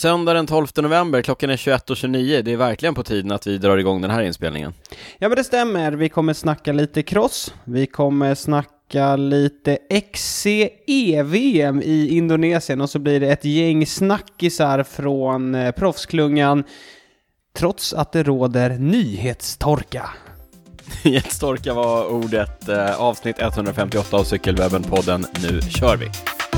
Söndag den 12 november, klockan är 21:29. Det är verkligen på tiden att vi drar igång den här inspelningen. Ja, men det stämmer. Vi kommer snacka lite cross. Vi kommer snacka lite XCE-VM i Indonesien. Och så blir det ett gäng snackisar från proffsklungan. Trots att det råder nyhetstorka. Nyhetstorka var ordet. Avsnitt 158 av Cykelwebben-podden. Nu kör vi!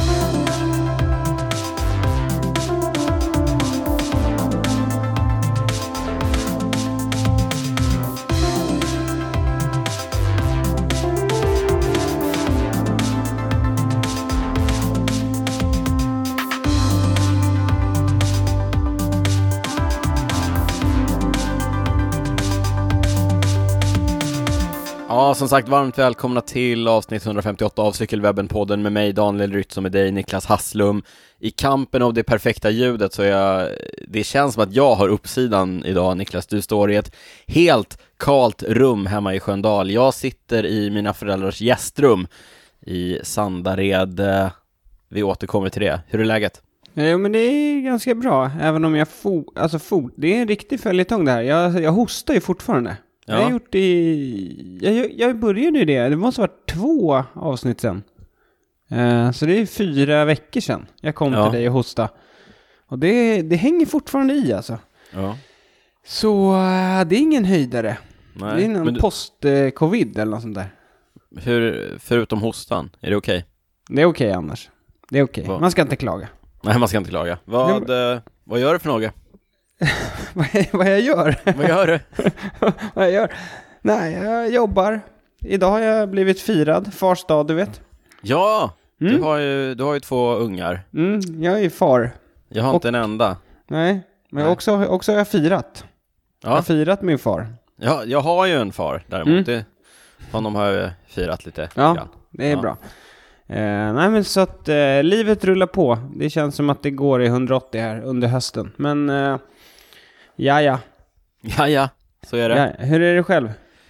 Ja, som sagt, varmt välkomna till avsnitt 158 av Cykelwebben-podden med mig, Daniel Rytz, och med dig, Niklas Hasslum. I kampen av det perfekta ljudet så det känns som att jag har uppsidan idag, Niklas. Du står i ett helt kalt rum hemma i Sköndal. Jag sitter i mina föräldrars gästrum i Sandared. Vi återkommer till det. Hur är läget? Jo, men det är ganska bra. Även om jag det är en riktig följetong det här. Jag hostar ju fortfarande. Ja. Jag har gjort det jag började ju det måste ha varit 2 avsnitt sen. Så det är 4 veckor sedan jag kom till dig och hosta. Och det hänger fortfarande i alltså. Ja. Så det är ingen höjdare. Nej, det är någon post-covid eller något sånt där. Förutom hostan, är det okej? Det är okej annars. Det är okej. Man ska inte klaga. Nej, man ska inte klaga. Vad gör du för något? Vad jag gör? Vad gör du? Vad jag gör? Nej, jag jobbar. Idag har jag blivit firad. Fars dag, du vet. Ja, du har ju 2 ungar. Jag är far. Jag har inte en enda. Nej, men också har jag firat. Ja. Jag har firat min far. Ja, jag har ju en far däremot. Honom har jag firat lite. Ja, det är bra. Nej, men så att livet rullar på. Det känns som att det går i 180 här under hösten. Men ja, så är det. Ja, hur är det själv?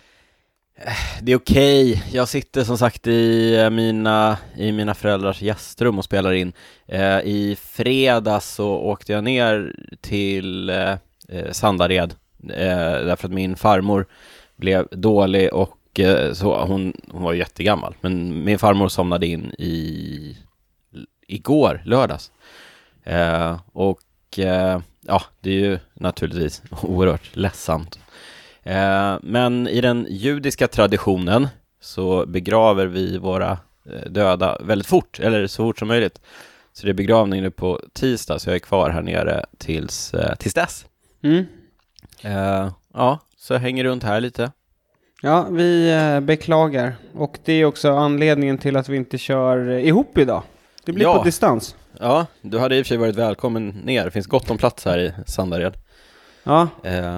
Det är okej. Jag sitter som sagt i mina föräldrars gästrum och spelar in. I fredags så åkte jag ner till Sandared därför att min farmor blev dålig och så hon var jättegammal. Men min farmor somnade in igår, lördags. Det är ju naturligtvis oerhört ledsamt. Men i den judiska traditionen så begraver vi våra döda väldigt fort, eller så fort som möjligt. Så det är begravning nu på tisdag, så jag är kvar här nere tills dess. Så jag hänger runt här lite. Ja, vi beklagar. Och det är också anledningen till att vi inte kör ihop idag. Det blir på distans. Ja, du hade i och för sig varit välkommen ner. Det finns gott om plats här i Sandared. Ja.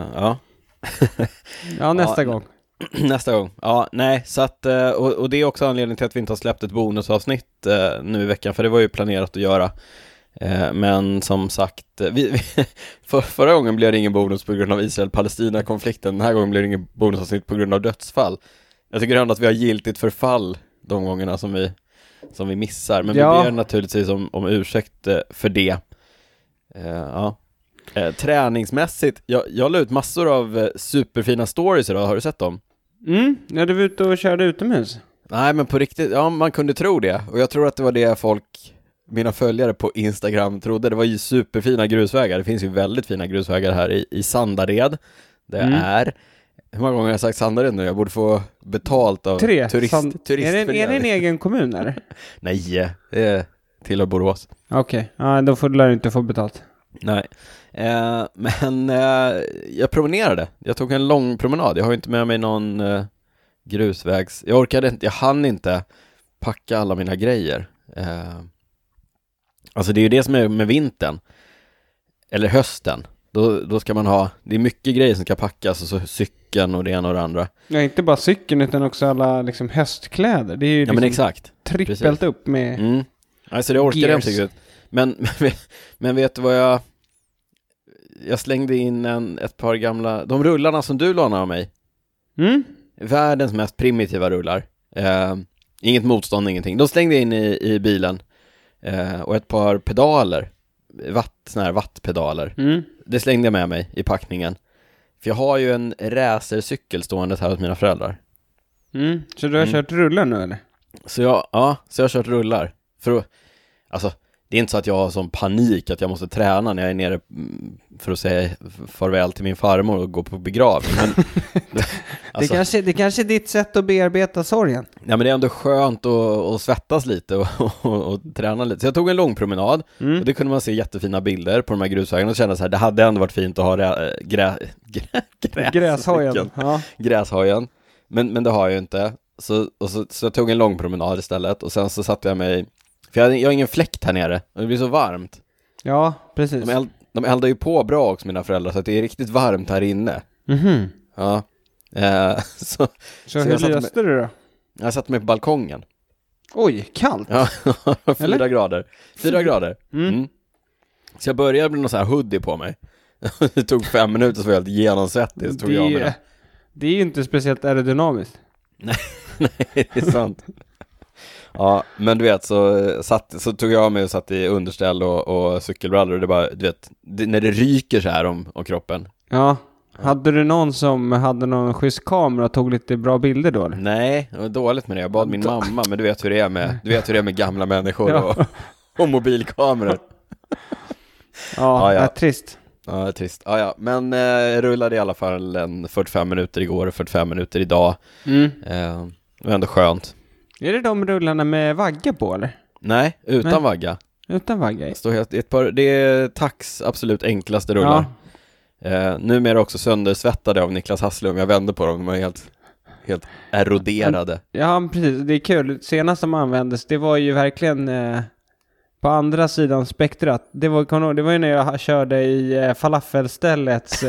Ja, nästa gång. Nästa gång. Ja, nej, så att och det är också anledningen till att vi inte har släppt ett bonusavsnitt nu i veckan, för det var ju planerat att göra. Men som sagt, förra gången blev det ingen bonus på grund av Israel-Palestina-konflikten. Den här gången blev det ingen bonusavsnitt på grund av dödsfall. Jag tycker ändå att vi har giltigt förfall de gångerna som vi missar. Men vi ber naturligtvis om ursäkt för det. Träningsmässigt, jag la ut massor av superfina stories idag. Har du sett dem? Ja, du var ute och körde utomhus. Nej, men på riktigt, man kunde tro det. Och jag tror att det var det mina följare på Instagram trodde. Det var ju superfina grusvägar. Det finns ju väldigt fina grusvägar här i Sandared. Det är... Hur många gånger har jag sagt Sandared nu? Jag borde få betalt av 3. turistföreningen. Är det en egen kommun eller? Nej, det är till Borås. Okej, ja, då får du inte få betalt. Nej, men jag promenerade. Jag tog en lång promenad. Jag har inte med mig någon grusvägs... Jag hann inte packa alla mina grejer. Alltså det är ju det som är med vintern. Eller hösten. Då ska man ha... Det är mycket grejer som ska packas. Och så cykeln och det ena och det andra. Ja, inte bara cykeln utan också alla liksom höstkläder. Det är ju liksom men exakt. Trippelt upp med alltså det orkar jag inte riktigt. Men vet du vad jag slängde in ett par gamla... De rullarna som du lånade av mig. Världens mest primitiva rullar. Inget motstånd, ingenting. De slängde in i bilen. Och ett par pedaler. såna här wattpedaler. Det slängde jag med mig i packningen. För jag har ju en racercykel stående här hos mina föräldrar. Så du har kört rullar nu eller? Så jag har kört rullar. För att, alltså, det är inte så att jag har sån panik att jag måste träna när jag är nere för att säga farväl till min farmor och gå på begravning. Men, alltså, det kanske är ditt sätt att bearbeta sorgen. Ja, men det är ändå skönt att svettas lite och träna lite. Så jag tog en lång promenad och det kunde man se jättefina bilder på de här grusvägarna och kände så här, det hade ändå varit fint att ha gräshojen. Ja. Gräshojen. Men det har jag ju inte. Så jag tog en lång promenad istället och sen så satte jag mig, för jag har ingen fläkt här nere och det blir så varmt. Ja, precis. De eldar ju på bra också, mina föräldrar, så att det är riktigt varmt här inne. Ja. Så hur löste du då? Jag satte mig på balkongen. Oj, kallt. Ja, 4 grader. 4 grader. Så jag började med någon sån här hoodie på mig. Det tog 5 minuter så var jag helt genomsvettig, så tog jag med det. Det är ju inte speciellt aerodynamiskt. Nej, det är sant. Ja, men du vet, så tog jag mig och satt i underställ och cykelbrallor och det bara, du vet, när det ryker så här om kroppen. Ja. Hade du någon som hade någon schysst kamera och tog lite bra bilder då? Eller? Nej, det var dåligt med det. Jag bad min mamma, men du vet hur det är med gamla människor och mobilkameror. Ja, det är trist. Ja, det är trist. Ja, men jag rullade i alla fall en 45 minuter igår och 45 minuter idag. Det var ändå skönt. Är det de rullarna med vagga på eller? Nej, utan vagga. Utan vagga? Det är Tax absolut enklaste rullar. Numera också söndersvettade av Niklas Hasslum. Jag vände på dem, de är helt eroderade. Ja, precis. Det är kul. Senast som användes, det var ju verkligen på andra sidan spektrat. Det var ju när jag körde i falafelställets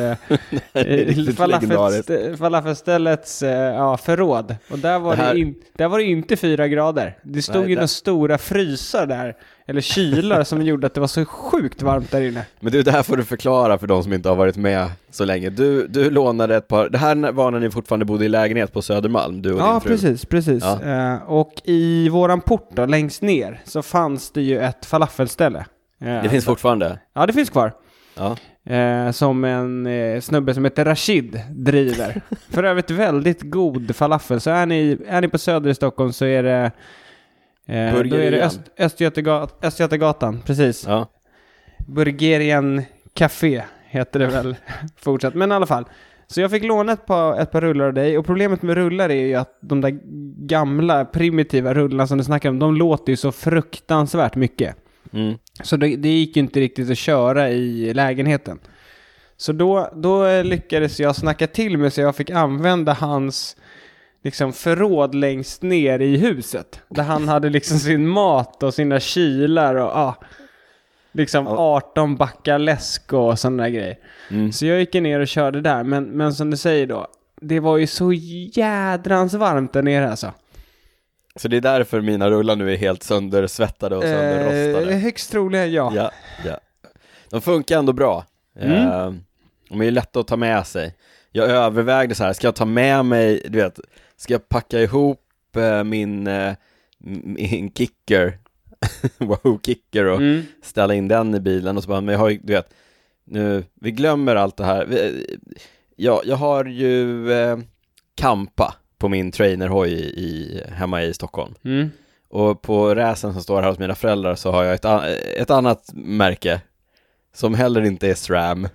falafelställets förråd. Och där var det inte 4 grader. Det stod ju några stora frysar där, eller kylar, som gjorde att det var så sjukt varmt där inne. Men det här får du förklara för de som inte har varit med så länge. Du lånade ett par, det här var när ni fortfarande bodde i lägenhet på Södermalm, du och din fru. Precis. Ja. Och i våran port då, längst ner, så fanns det ju ett falafelställe. Det finns fortfarande? Ja, det finns kvar. Ja. Som en snubbe som heter Rashid driver. För övrigt väldigt god falafel. Så är ni på Söder i Stockholm så är det då är det Östgötegatan, precis. Ja. Burgerian Café heter det väl fortsatt. Men i alla fall. Så jag fick låna ett par rullar av dig. Och problemet med rullar är ju att de där gamla primitiva rullarna som du snackar om, de låter ju så fruktansvärt mycket. Så det gick ju inte riktigt att köra i lägenheten. Så då lyckades jag snacka till mig så jag fick använda hans liksom förråd längst ner i huset. Där han hade liksom sin mat och sina kylar och liksom 18 backar läsk och sådana där grejer. Så jag gick ner och körde där. Men som du säger då, det var ju så jädrans varmt där nere alltså. Så det är därför mina rullar nu är helt söndersvettade och sönderrostade? Högst troligen, ja. De funkar ändå bra. De är ju lätta att ta med sig. Jag övervägde så här, ska jag ta med mig, du vet, ska jag packa ihop min kicker, Wahoo kicker och ställa in den i bilen och så bara, men jag har ju, du vet, nu, vi glömmer allt det här. Jag har ju Kampa på min trainerhoj hemma i Stockholm. Och på räsen som står här hos mina föräldrar så har jag ett annat märke som heller inte är SRAM.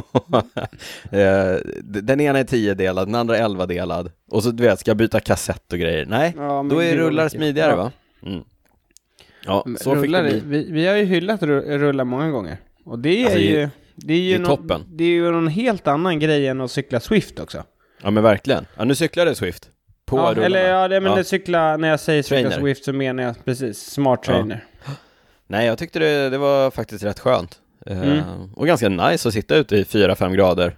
Den ena är 10-delad, den andra 11-delad. Och så du vet, ska jag byta kassett och grejer. Nej, då är rullar smidigare va? Ja, så rullar, fick det bli. Vi har ju hyllat rullar många gånger. Och det är ju toppen. Det är ju någon helt annan grej än att cykla Swift också. Ja men verkligen. Ja, nu cyklade Swift på rullarna. Cykla, när jag säger cykla Swift så menar jag precis Smart Trainer. Nej, jag tyckte det var faktiskt rätt skönt. Och ganska nice att sitta ute i 4-5 grader.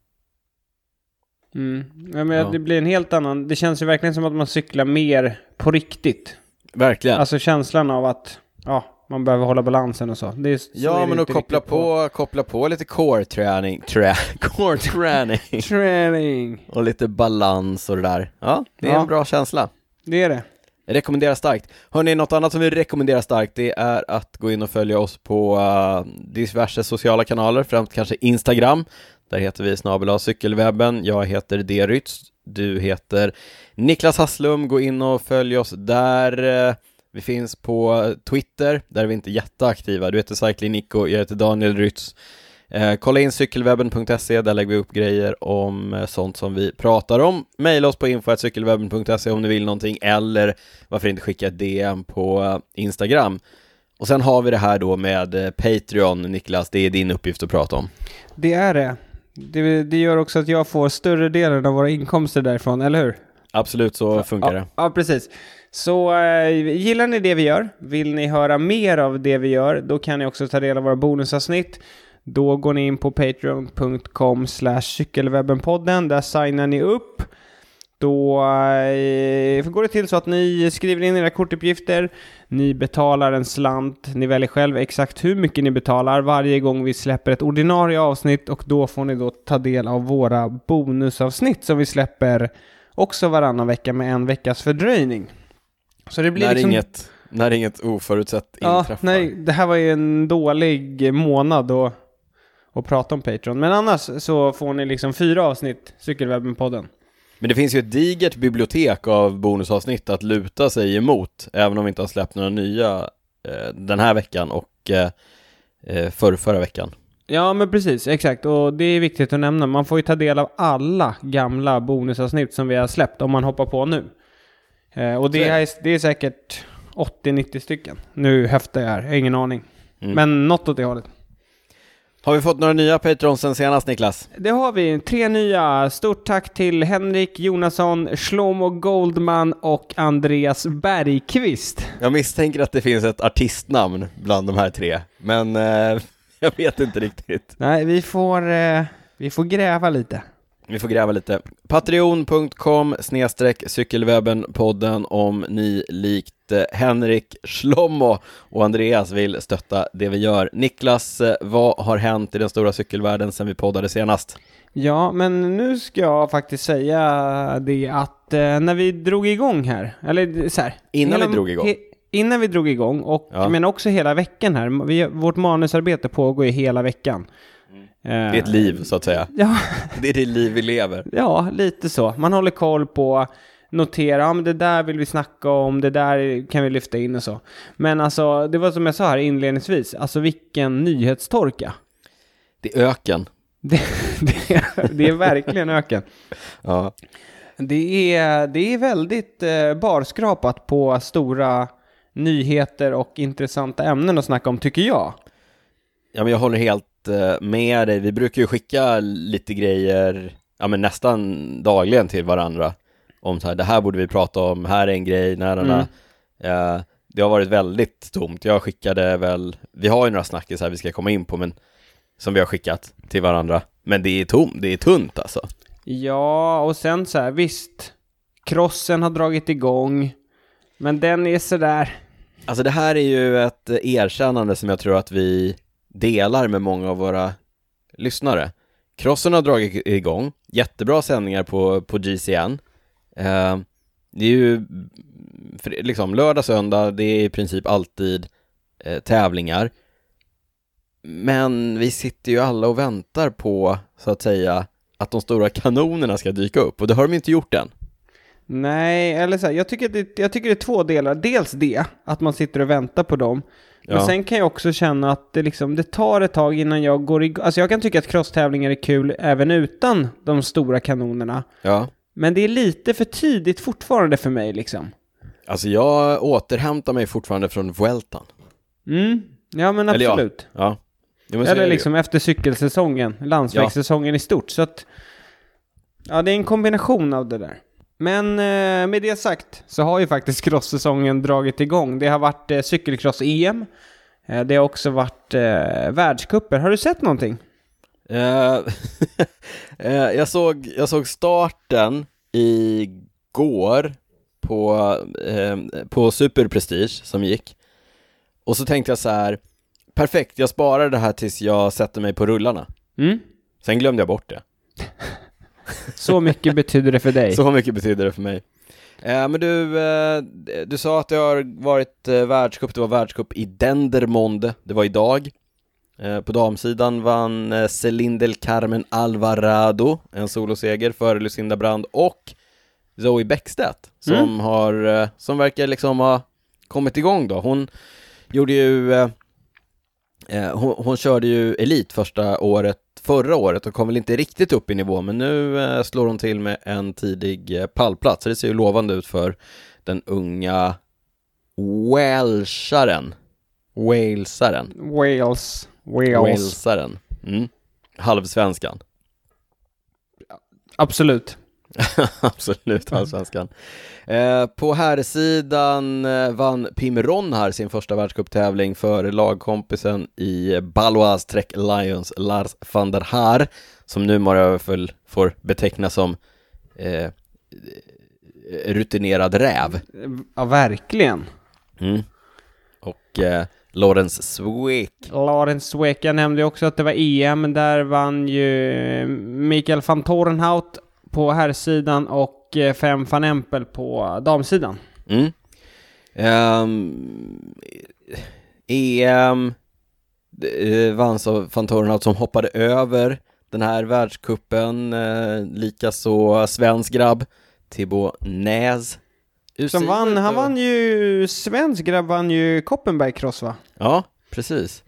Ja, men det blir en helt annan. Det känns ju verkligen som att man cyklar mer på riktigt. Verkligen. Alltså känslan av att man behöver hålla balansen och så. Men att koppla på lite core-träning. Träning. Och lite balans och det där. Ja, det är en bra känsla. Det är det. Rekommenderar starkt. Hörrni, något annat som vi rekommenderar starkt, det är att gå in och följa oss på diverse sociala kanaler, främst kanske Instagram. Där heter vi @cykelwebben. Jag heter Derytz. Du heter Niklas Hasslum. Gå in och följ oss där. Vi finns på Twitter, där är vi inte jätteaktiva. Du heter Cycling Nico, jag heter Daniel Rytz. Kolla in cykelwebben.se, där lägger vi upp grejer om sånt som vi pratar om. Maila oss på info@cykelwebben.se om ni vill någonting, eller varför inte skicka ett DM på Instagram. Och sen har vi det här då med Patreon, Niklas, det är din uppgift att prata om. Det är det. Det gör också att jag får större delen av våra inkomster därifrån, eller hur? Absolut, så funkar det. Ja, precis. Så gillar ni det vi gör, vill ni höra mer av det vi gör, då kan ni också ta del av våra bonusavsnitt. Då går ni in på patreon.com/cykelwebbenpodden. Där signar ni upp. Då går det till så att ni skriver in era kortuppgifter. Ni betalar en slant. Ni väljer själv exakt hur mycket ni betalar varje gång vi släpper ett ordinarie avsnitt. Och då får ni då ta del av våra bonusavsnitt som vi släpper också varannan vecka med en veckas fördröjning. Så det blir när inget oförutsett inträffar. Nej, det här var ju en dålig månad och prata om Patreon. Men annars så får ni liksom 4 avsnitt Cykelwebben-podden. Men det finns ju ett digert bibliotek av bonusavsnitt att luta sig emot, även om vi inte har släppt några nya den här veckan och förra veckan. Ja, men precis, exakt. Och det är viktigt att nämna. Man får ju ta del av alla gamla bonusavsnitt som vi har släppt om man hoppar på nu. Och det är säkert 80-90 stycken. Nu höftar jag här, jag har ingen aning. Men något åt det hållet. Har vi fått några nya Patrons sen senast, Niklas? Det har vi, 3 nya. Stort tack till Henrik Jonasson, Shlomo Goldman och Andreas Bergqvist. Jag misstänker att det finns ett artistnamn bland de här 3, men jag vet inte riktigt. Nej, vi får gräva lite. Vi får gräva lite. Patreon.com/cykelwebbenpodden om ni likt Henrik, Shlomo och Andreas vill stötta det vi gör. Niklas, vad har hänt i den stora cykelvärlden sen vi poddade senast? Ja, men nu ska jag faktiskt säga det att när vi drog igång här, eller så här, innan vi drog igång och men också hela veckan här. Vårt manusarbete pågår ju hela veckan. Det är ett liv, så att säga. Ja. Det är det liv vi lever. Ja, lite så. Man håller koll på, notera, men det där vill vi snacka om, det där kan vi lyfta in och så. Men alltså, det var som jag sa här inledningsvis, alltså vilken nyhetstorka. Det är öken. Det är verkligen öken. Ja. Det är väldigt barskrapat på stora nyheter och intressanta ämnen att snacka om, tycker jag. Ja, men jag håller helt med dig. Vi brukar ju skicka lite grejer men nästan dagligen till varandra om så här, det här borde vi prata om, här är en grej, det har varit väldigt tomt. Jag skickade vi har ju några snackis här vi ska komma in på, men som vi har skickat till varandra, men det är tomt, det är tunt alltså. Ja, och sen så här, visst, crossen har dragit igång, men den är så där. Alltså det här är ju ett erkännande som jag tror att vi delar med många av våra lyssnare. Crossen har dragit igång. Jättebra sändningar på GCN. Det är ju liksom lördag, söndag, det är i princip alltid tävlingar. Men vi sitter ju alla och väntar på, så att säga, att de stora kanonerna ska dyka upp. Och det har de inte gjort än. Nej, eller så här, jag tycker det är 2 delar. Dels det, att man sitter och väntar på dem. Men sen kan jag också känna att det tar ett tag innan jag går igång. Alltså jag kan tycka att crosstävlingar är kul även utan de stora kanonerna. Ja. Men det är lite för tidigt fortfarande för mig liksom. Alltså jag återhämtar mig fortfarande från Vueltan. Ja, men absolut. Ja. Eller liksom efter cykelsäsongen, landsvägssäsongen i stort. Så att, ja, det är en kombination av det där. Men med det sagt så har ju faktiskt cross-säsongen dragit igång. Det har varit cykelcross-EM. Det har också varit världscuper. Har du sett någonting? Jag såg starten igår på Super Prestige som gick. Och så tänkte jag så här, perfekt, jag sparar det här tills jag sätter mig på rullarna. Sen glömde jag bort det. Så mycket betyder det för dig. Så mycket betyder det för mig. Men du sa att det har varit världscup. Det var världscup i Dendermonde. Det var idag. På damsidan vann Celine del Carmen Alvarado en soloseger före Lucinda Brand och Zoe Bäckstedt som verkar liksom ha kommit igång då. Hon gjorde ju hon körde ju elit förra året och kom väl inte riktigt upp i nivå, men nu slår hon till med en tidig pallplats. Så det ser ju lovande ut för den unga walesaren. Halvsvenskan. Absolut. Absolut, halvsvenskan. På här sidan vann Pim Ronhaar sin första världscuptävling för lagkompisen i Balois Trek Lions, Lars van der Haar, som numera får betecknas som rutinerad räv. Ja, verkligen. Och Lawrence Sweek. Jag nämnde också att det var EM. Där vann ju Mikael van Torenhout på herrsidan och Fem van Empel på damsidan. EM vann så van Torenhout som hoppade över den här världscupen. Likaså svensk grabb Thibaut Näs. Som vann ju svensk grabb vann ju Koppenberg Cross, va? Ja, precis.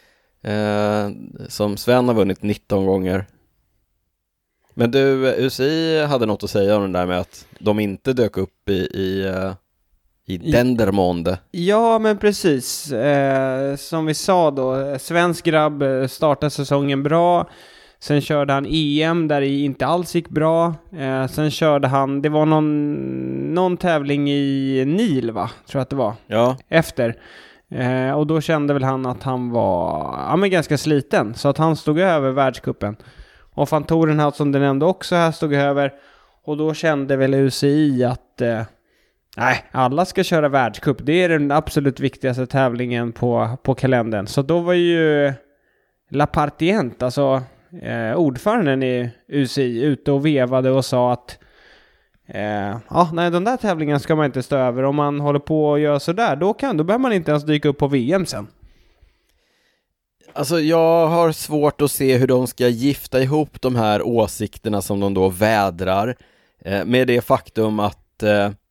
Som Sven har vunnit 19 gånger. Men du, UCI hade något att säga om det där med att de inte dök upp i Dendermonde. Ja, men precis. Som vi sa då, svensk grabb startade säsongen bra. Sen körde han EM där det inte alls gick bra. Sen körde han, det var någon tävling i Nil, va? Tror jag att det var. Ja. Efter. Och då kände väl han att han var ganska sliten. Så att han stod över världscupen. Och van Torenhout, som du nämnde också här, stod över. Och då kände väl UCI att alla ska köra världscup. Det är den absolut viktigaste tävlingen på kalendern. Så då var ju La Partient, alltså ordföranden i UCI, ute och vevade och sa att den där tävlingen ska man inte stå över. Om man håller på och gör sådär, då behöver man inte ens dyka upp på VM sen. Alltså jag har svårt att se hur de ska gifta ihop de här åsikterna som de då vädrar med det faktum att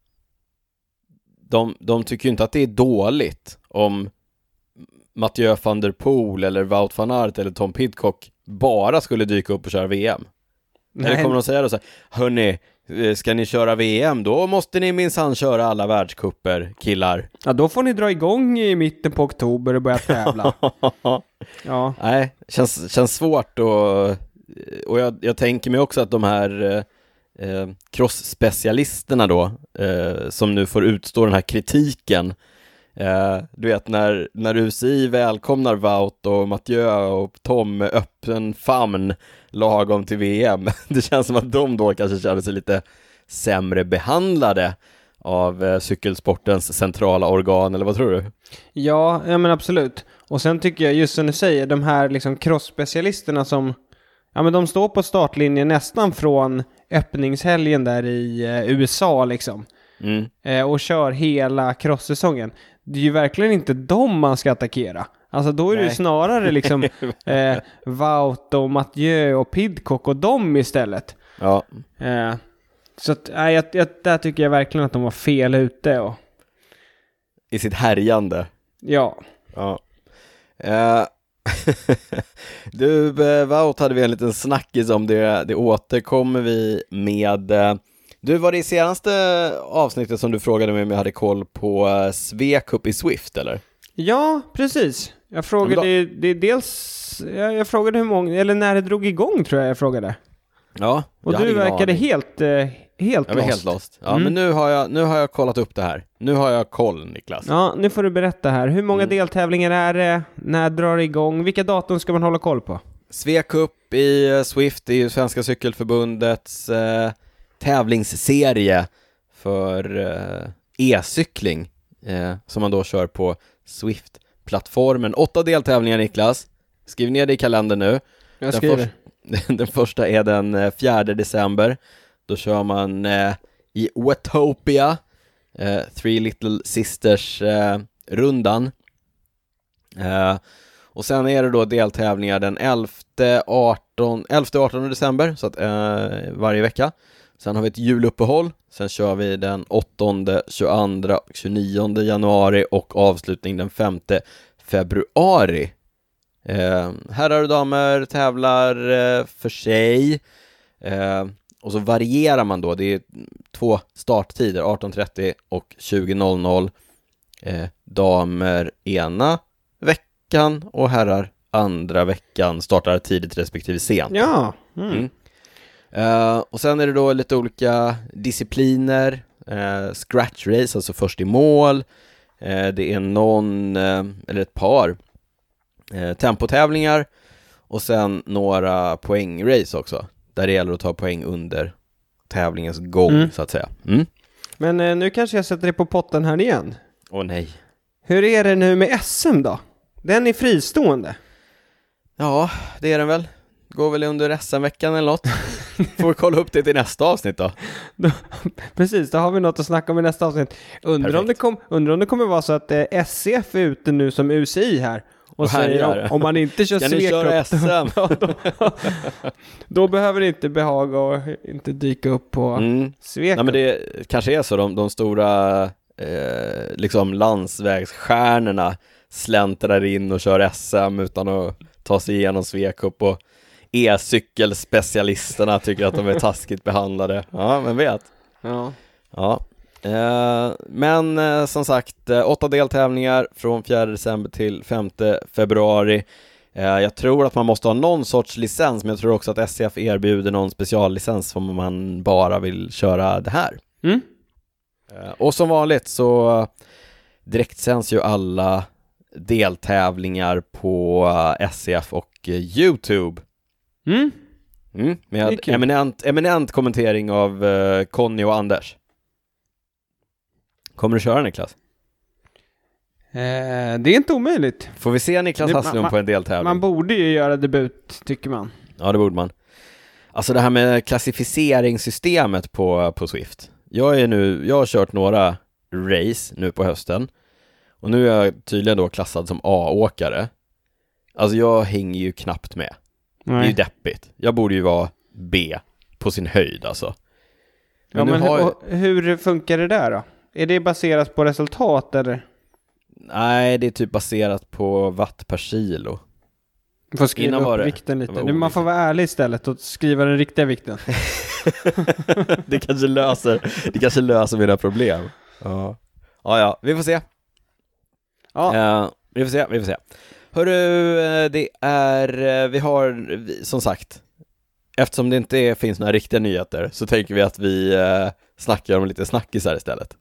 de tycker inte att det är dåligt om Mathieu van der Poel eller Wout van Aert eller Tom Pidcock bara skulle dyka upp och köra VM. Nej. Eller kommer de säga då så här: hörni, ska ni köra VM, då måste ni minsann köra alla världscuper, killar. Ja, då får ni dra igång i mitten på oktober och börja tävla. Ja. Nej, känns svårt och jag tänker mig också att de här cross-specialisterna då som nu får utstå den här kritiken. Du vet, när UCI välkomnar Wout och Mathieu och Tom med öppen famn lagom till VM, det känns som att de då kanske känner sig lite sämre behandlade av cykelsportens centrala organ, eller vad tror du? Ja, men absolut. Och sen tycker jag, just som du säger, de här liksom cross-specialisterna som de står på startlinjen nästan från öppningshelgen där i USA liksom. Och kör hela cross-säsongen. Det är ju verkligen inte dem man ska attackera. Alltså då är det ju snarare liksom Wout och Mathieu och Pidcock och dem istället. Ja. Så att, där tycker jag verkligen att de var fel ute. I sitt härjande. Ja. Du, Wout hade vi en liten snackis om det återkommer vi med. Du, var det i senaste avsnittet som du frågade mig om jag hade koll på Svecup i Swift, eller? Ja, precis. Jag frågade jag frågade hur många, eller när det drog igång, tror jag frågade. Ja. Och du verkade helt lost. Ja, men nu har jag kollat upp det här. Nu har jag koll, Niklas. Ja, nu får du berätta här. Hur många deltävlingar är det? När drar det igång? Vilka datum ska man hålla koll på? Svecup i Swift är ju Svenska cykelförbundets tävlingsserie för e-cykling som man då kör på Swift-plattformen. 8 deltävlingar, Niklas. Skriv ner det i kalendern nu. Jag skriver. Den första är den 4 december. Då kör man i Watopia, Three Little Sisters rundan. Och sen är det då deltävlingar den 11-18 december, så att varje vecka. Sen har vi ett juluppehåll. Sen kör vi den 8, 22 och 29 januari och avslutning den 5 februari. Herrar och damer tävlar för sig. Och så varierar man då. Det är 2 starttider, 18:30 och 20:00. Damer ena veckan och herrar andra veckan, startar tidigt respektive sent. Ja. Och sen är det då lite olika discipliner. Scratch race, alltså först i mål. Det är någon eller ett par tempotävlingar. Och sen några poängrace också, där det gäller att ta poäng under tävlingens gång, så att säga. Men nu kanske jag sätter dig på potten här igen. Åh nej. Hur är det nu med SM då? Den är fristående. Ja, det är den väl. Går väl under SM-veckan eller något. Får vi kolla upp det till nästa avsnitt då. Precis, då har vi något att snacka om i nästa avsnitt. Undrar om det kommer vara så att SCF är ute nu som UCI här. Och säger om man inte kör SM. Då behöver det inte behaga och inte dyka upp på Svek. Nej, men det kanske är så. De stora liksom landsvägsstjärnorna släntrar in och kör SM utan att ta sig igenom Svekup, och e-cykelspecialisterna tycker att de är taskigt behandlade. Ja, men vet. Ja. Men som sagt, 8 deltävlingar från 4 december till 5 februari. Jag tror att man måste ha någon sorts licens, men jag tror också att SCF erbjuder någon speciallicens om man bara vill köra det här. Och som vanligt så direktsänds ju alla deltävlingar på SCF och YouTube. Med eminent kommentering av Conny och Anders. Kommer du köra, Niklas? Det är inte omöjligt. Får vi se Niklas Hasslum på en deltävling? Man borde ju göra debut, tycker man. Ja, det borde man. Alltså det här med klassificeringssystemet på Swift. Jag har kört några race nu på hösten. Och nu är jag tydligen då klassad som A-åkare. Alltså jag hänger ju knappt med. Nej. Det är ju deppigt. Jag borde ju vara B på sin höjd alltså. Men hur funkar det där då? Är det baserat på resultat eller? Nej, det är typ baserat på watt per kilo. Du får skriva upp vikten lite. Man får vara ärlig istället och skriva den riktiga vikten. Det kanske löser mina problem. Ja, vi får se. Vi får se. Hörru, vi har som sagt, eftersom det inte finns några riktiga nyheter, så tänker vi att vi snackar om lite snackisar istället.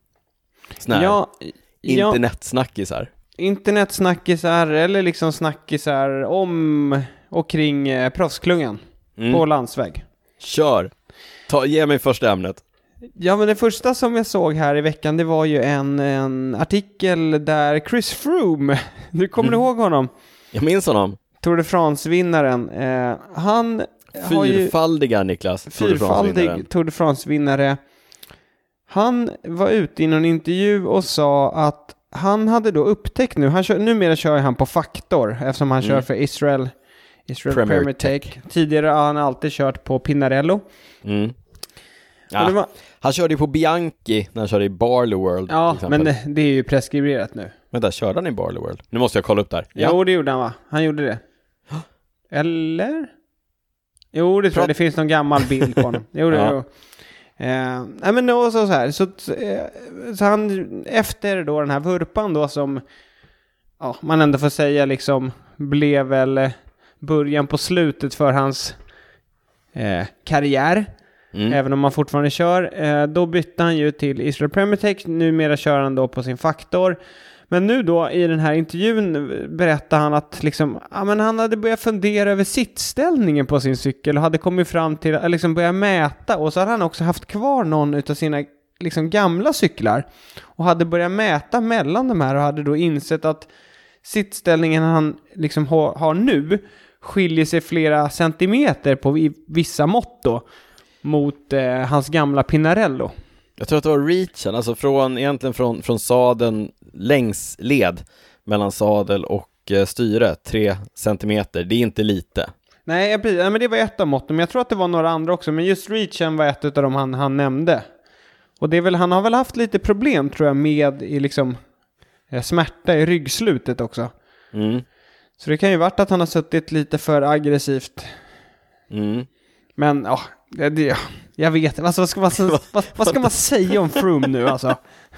Internetsnackisar. Internetsnackisar eller liksom snackisar om och kring proffsklungan på landsväg. Kör! Ge mig första ämnet. Ja, men det första som jag såg här i veckan, det var ju en artikel där Chris Froome, du kommer ihåg honom? Jag minns honom. Tour de France-vinnaren. Han fyrfaldiga Niklas. Fyrfaldig Tour de France-vinnare. Han var ute i någon intervju och sa att han hade då upptäckt numera kör han på Factor eftersom han kör för Israel Premier Tech. Tidigare har han alltid kört på Pinarello. Ja, han körde ju på Bianchi när han körde i Barley World. Ja, men det är ju preskriberat nu. Vänta, körde han i Barley World? Nu måste jag kolla upp där. Jo, det gjorde han, va? Han gjorde det. Eller? Jo, det tror jag. Det finns någon gammal bild på honom. Jo. Nej, men då så här. Så han, efter då den här vurpan då som man ändå får säga liksom blev väl början på slutet för hans karriär. Även om man fortfarande kör. Då bytte han ju till Israel Premier Tech. Numera kör han då på sin Factor. Men nu då i den här intervjun berättar han att liksom, men han hade börjat fundera över sittställningen på sin cykel och hade kommit fram till att liksom börja mäta. Och så hade han också haft kvar någon utav sina liksom gamla cyklar och hade börjat mäta mellan de här och hade då insett att sittställningen han liksom har nu skiljer sig flera centimeter på vissa mått då mot hans gamla Pinarello. Jag tror att det var reachen, alltså från sadeln längs led mellan sadel och styre, 3 centimeter. Det är inte lite. Nej, men det var ett av måtten, men jag tror att det var några andra också. Men just reachen var ett av dem han nämnde. Och det är väl, han har väl haft lite problem tror jag med i liksom smärta i ryggslutet också. Mm. Så det kan ju varit att han har suttit lite för aggressivt. Mm. Men ja, jag vet inte. Alltså, vad ska man säga om Froome nu alltså?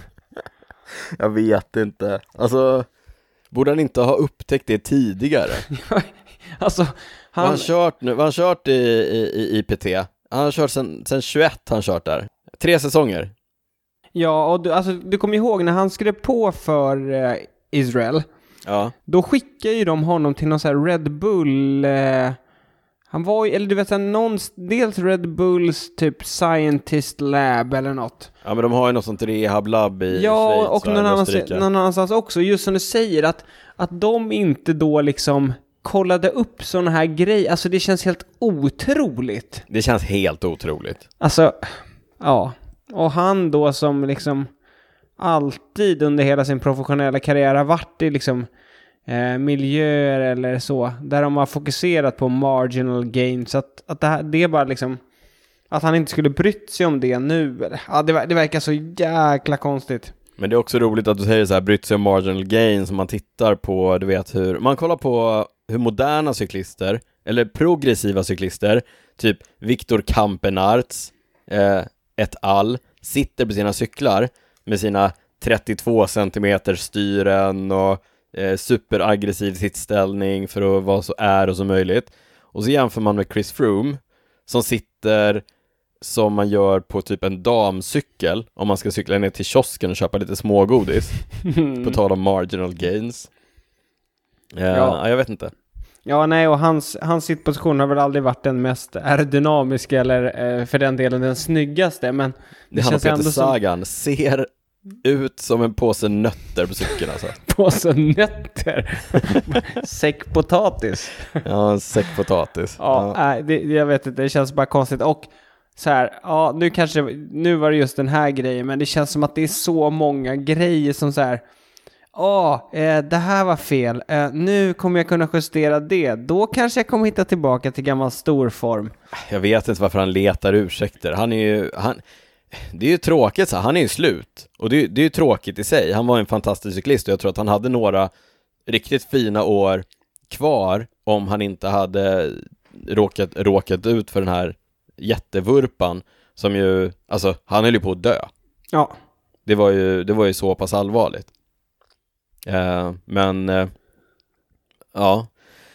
Jag vet inte. Alltså, borde han inte ha upptäckt det tidigare? Alltså, han har kört i IPT. Han har kört sen 21 han har kört där. 3 säsonger. Ja, och du kommer ihåg när han skrev på för Israel. Ja. Då skickade ju de honom till någon sån här Red Bull... han var ju, eller du vet, dels Red Bulls typ Scientist Lab eller något. Ja, men de har ju något sånt rehab-lab i Schweiz och någon annanstans också. Just som du säger, att de inte då liksom kollade upp såna här grejer. Alltså det känns helt otroligt. Det känns helt otroligt. Alltså, ja. Och han då som liksom alltid under hela sin professionella karriär har varit i liksom miljöer eller så, där de har fokuserat på marginal gains, att det är bara liksom att han inte skulle brytt sig om det nu. Ja, det verkar så jäkla konstigt. Men det är också roligt att du säger så här, brytt sig om marginal gains, som man tittar på, du vet hur man kollar på hur moderna cyklister eller progressiva cyklister, typ Victor Kampenarts et al, sitter på sina cyklar med sina 32 centimeter styren och superaggressiv sittställning för att vara så och så möjligt. Och så jämför man med Chris Froome som sitter som man gör på typ en damcykel om man ska cykla ner till kiosken och köpa lite smågodis. På tal om marginal gains. Ja, jag vet inte. Ja, nej, och hans sittposition har väl aldrig varit den mest aerodynamiska eller för den delen den snyggaste, men det känns ändå som... Sagan ser ut som en påse nötter på cykeln alltså. Påse nötter? Säckpotatis. Ja, en säckpotatis. Ja, nej, jag vet inte, det känns bara konstigt. Och så här, ja, nu var det just den här grejen, men det känns som att det är så många grejer som så här, det här var fel. Nu kommer jag kunna justera det. Då kanske jag kommer hitta tillbaka till gammal storform. Jag vet inte varför han letar ursäkter. Det är ju tråkigt så. Han är ju slut. Och det är ju tråkigt i sig. Han var en fantastisk cyklist och jag tror att han hade några riktigt fina år kvar om han inte hade råkat ut för den här jättevurpan som ju, alltså han höll ju på att dö. Ja. Det var ju så pass allvarligt. Men ja.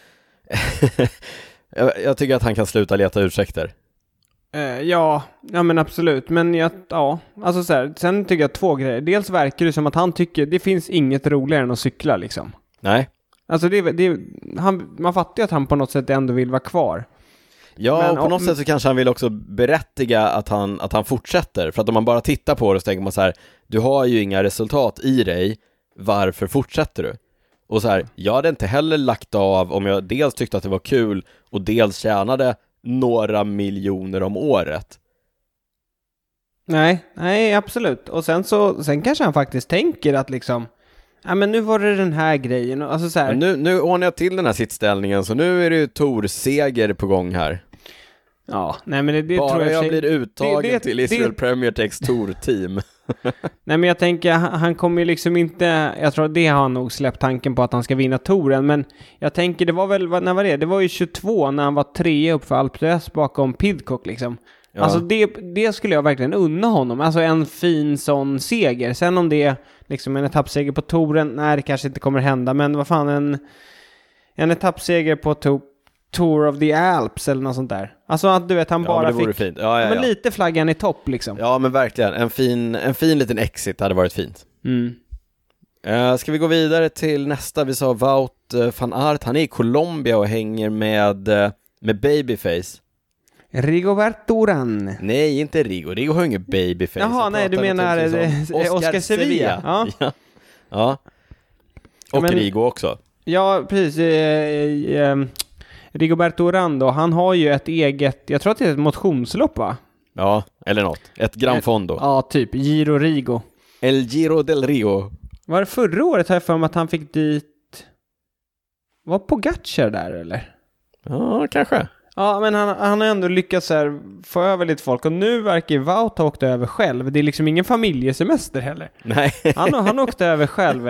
Jag tycker att han kan sluta leta ursäkter. Ja, men absolut. Men alltså så här, sen tycker jag 2 grejer. Dels verkar det som att han tycker det finns inget roligare än att cykla liksom. Nej. Alltså man fattar ju att han på något sätt ändå vill vara kvar. Ja, men, och på något sätt så kanske han vill också berättiga att han fortsätter. För att om man bara tittar på det så tänker man så här, du har ju inga resultat i dig, varför fortsätter du? Och så här, jag hade inte heller lagt av om jag dels tyckte att det var kul och dels tjänade några miljoner om året. Nej, absolut. Och sen kanske han faktiskt tänker att liksom, ja men nu var det den här grejen. Alltså så här. Nu ordnar jag till den här sittställningen, så nu är det ju Tour-seger på gång här. Ja, nej men det bara tror jag blir uttagen till Israel Premier Techs Tour-team. Nej, men jag tänker, han kommer ju liksom inte, jag tror det har han nog släppt tanken på att han ska vinna touren, men jag tänker det var väl, när var det? Det var ju 22 när han var 3 upp för Alpe d'Huez bakom Pidcock liksom. Ja. Alltså det skulle jag verkligen unna honom, alltså en fin sån seger. Sen om det är liksom en etappseger på touren, nej det kanske inte kommer hända, men vad fan, en etappseger på Tour of the Alps eller något sånt där. Alltså att du vet, han bara fick fint. Men lite flaggan i topp liksom. Ja, men verkligen, en fin liten exit hade varit fint. Ska vi gå vidare till nästa? Vi sa Wout van Aert, han är i Colombia och hänger med Babyface. Rigoberto Urán. Nej, inte Rigo har ingen Babyface. Jaha, nej, du menar Oscar Sevilla. Ja. Och men, Rigo också. Ja, precis. Rigoberto Urán då, han har ju ett eget, jag tror att det är ett motionslopp va? Ja, eller något. Ett Gran Fondo. Ja, typ. Giro Rigo. El Giro del Rio. Var det förra året har jag för mig att han fick dit... Var Pogacar där, eller? Ja, kanske. Ja, men han har ändå lyckats här få över lite folk. Och nu verkar ju Wout ha åkt över själv. Det är liksom ingen familjesemester heller. Nej. Han åkte över själv.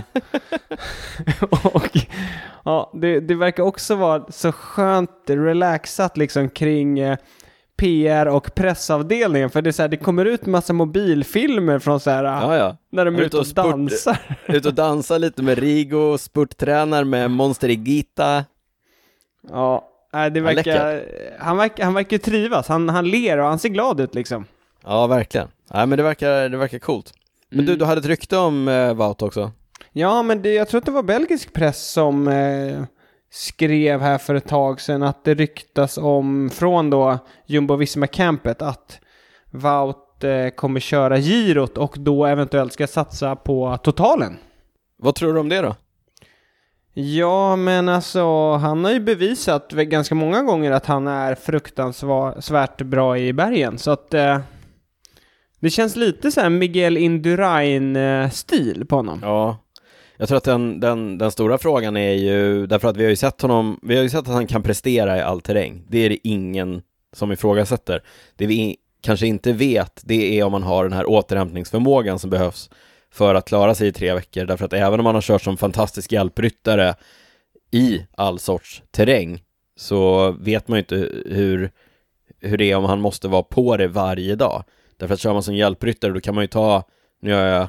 Och ja, det verkar också vara så skönt relaxat liksom kring PR och pressavdelningen. För det är så här, det kommer ut massa mobilfilmer från så här, när de är ute och dansar. Ut och dansar lite med Rigo, spurttränar med Monster Igita. Ja. Det verkar, han verkar trivas. Han ler och han ser glad ut liksom. Ja, verkligen. Nej, men det verkar coolt. Men du hade ett rykte om Wout också. Ja, men jag tror att det var belgisk press som skrev här för ett tag sedan att det ryktas om från då Jumbo-Visma-campet att Wout kommer köra girot och då eventuellt ska satsa på totalen. Vad tror du om det då? Ja, men alltså han har ju bevisat ganska många gånger att han är fruktansvärt bra i bergen. Så att det känns lite så här Miguel Indurain-stil på honom. Ja, jag tror att den stora frågan är ju, därför att vi har ju sett att han kan prestera i all terräng. Det är det ingen som ifrågasätter. Det vi kanske inte vet, det är om man har den här återhämtningsförmågan som behövs för att klara sig i 3 veckor. Därför att även om man har kört som fantastisk hjälpryttare i all sorts terräng så vet man ju inte hur det är om han måste vara på det varje dag. Därför att kör man som hjälpryttare då kan man ju ta, nu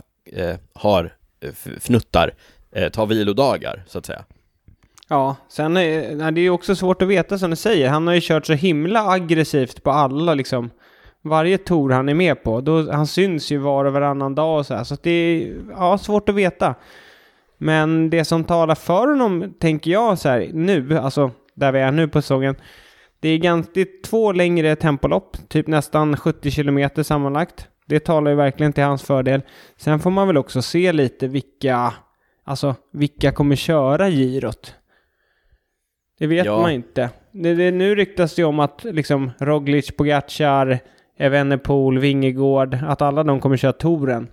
ta vilodagar så att säga. Ja, sen är det ju också svårt att veta som du säger. Han har ju kört så himla aggressivt på alla liksom. Varje tour han är med på, han syns ju var och varannan dag och så här. Så att det är svårt att veta. Men det som talar för honom, tänker jag så här, nu, alltså där vi är nu på säsongen, det är 2 längre tempolopp, typ nästan 70 kilometer sammanlagt. Det talar ju verkligen till hans fördel. Sen får man väl också se lite vilka kommer köra girot. Det vet man inte. Nu ryktas det om att liksom Roglic, Pogacar, Evenepoel, Vingegaard, att alla de kommer köra touren.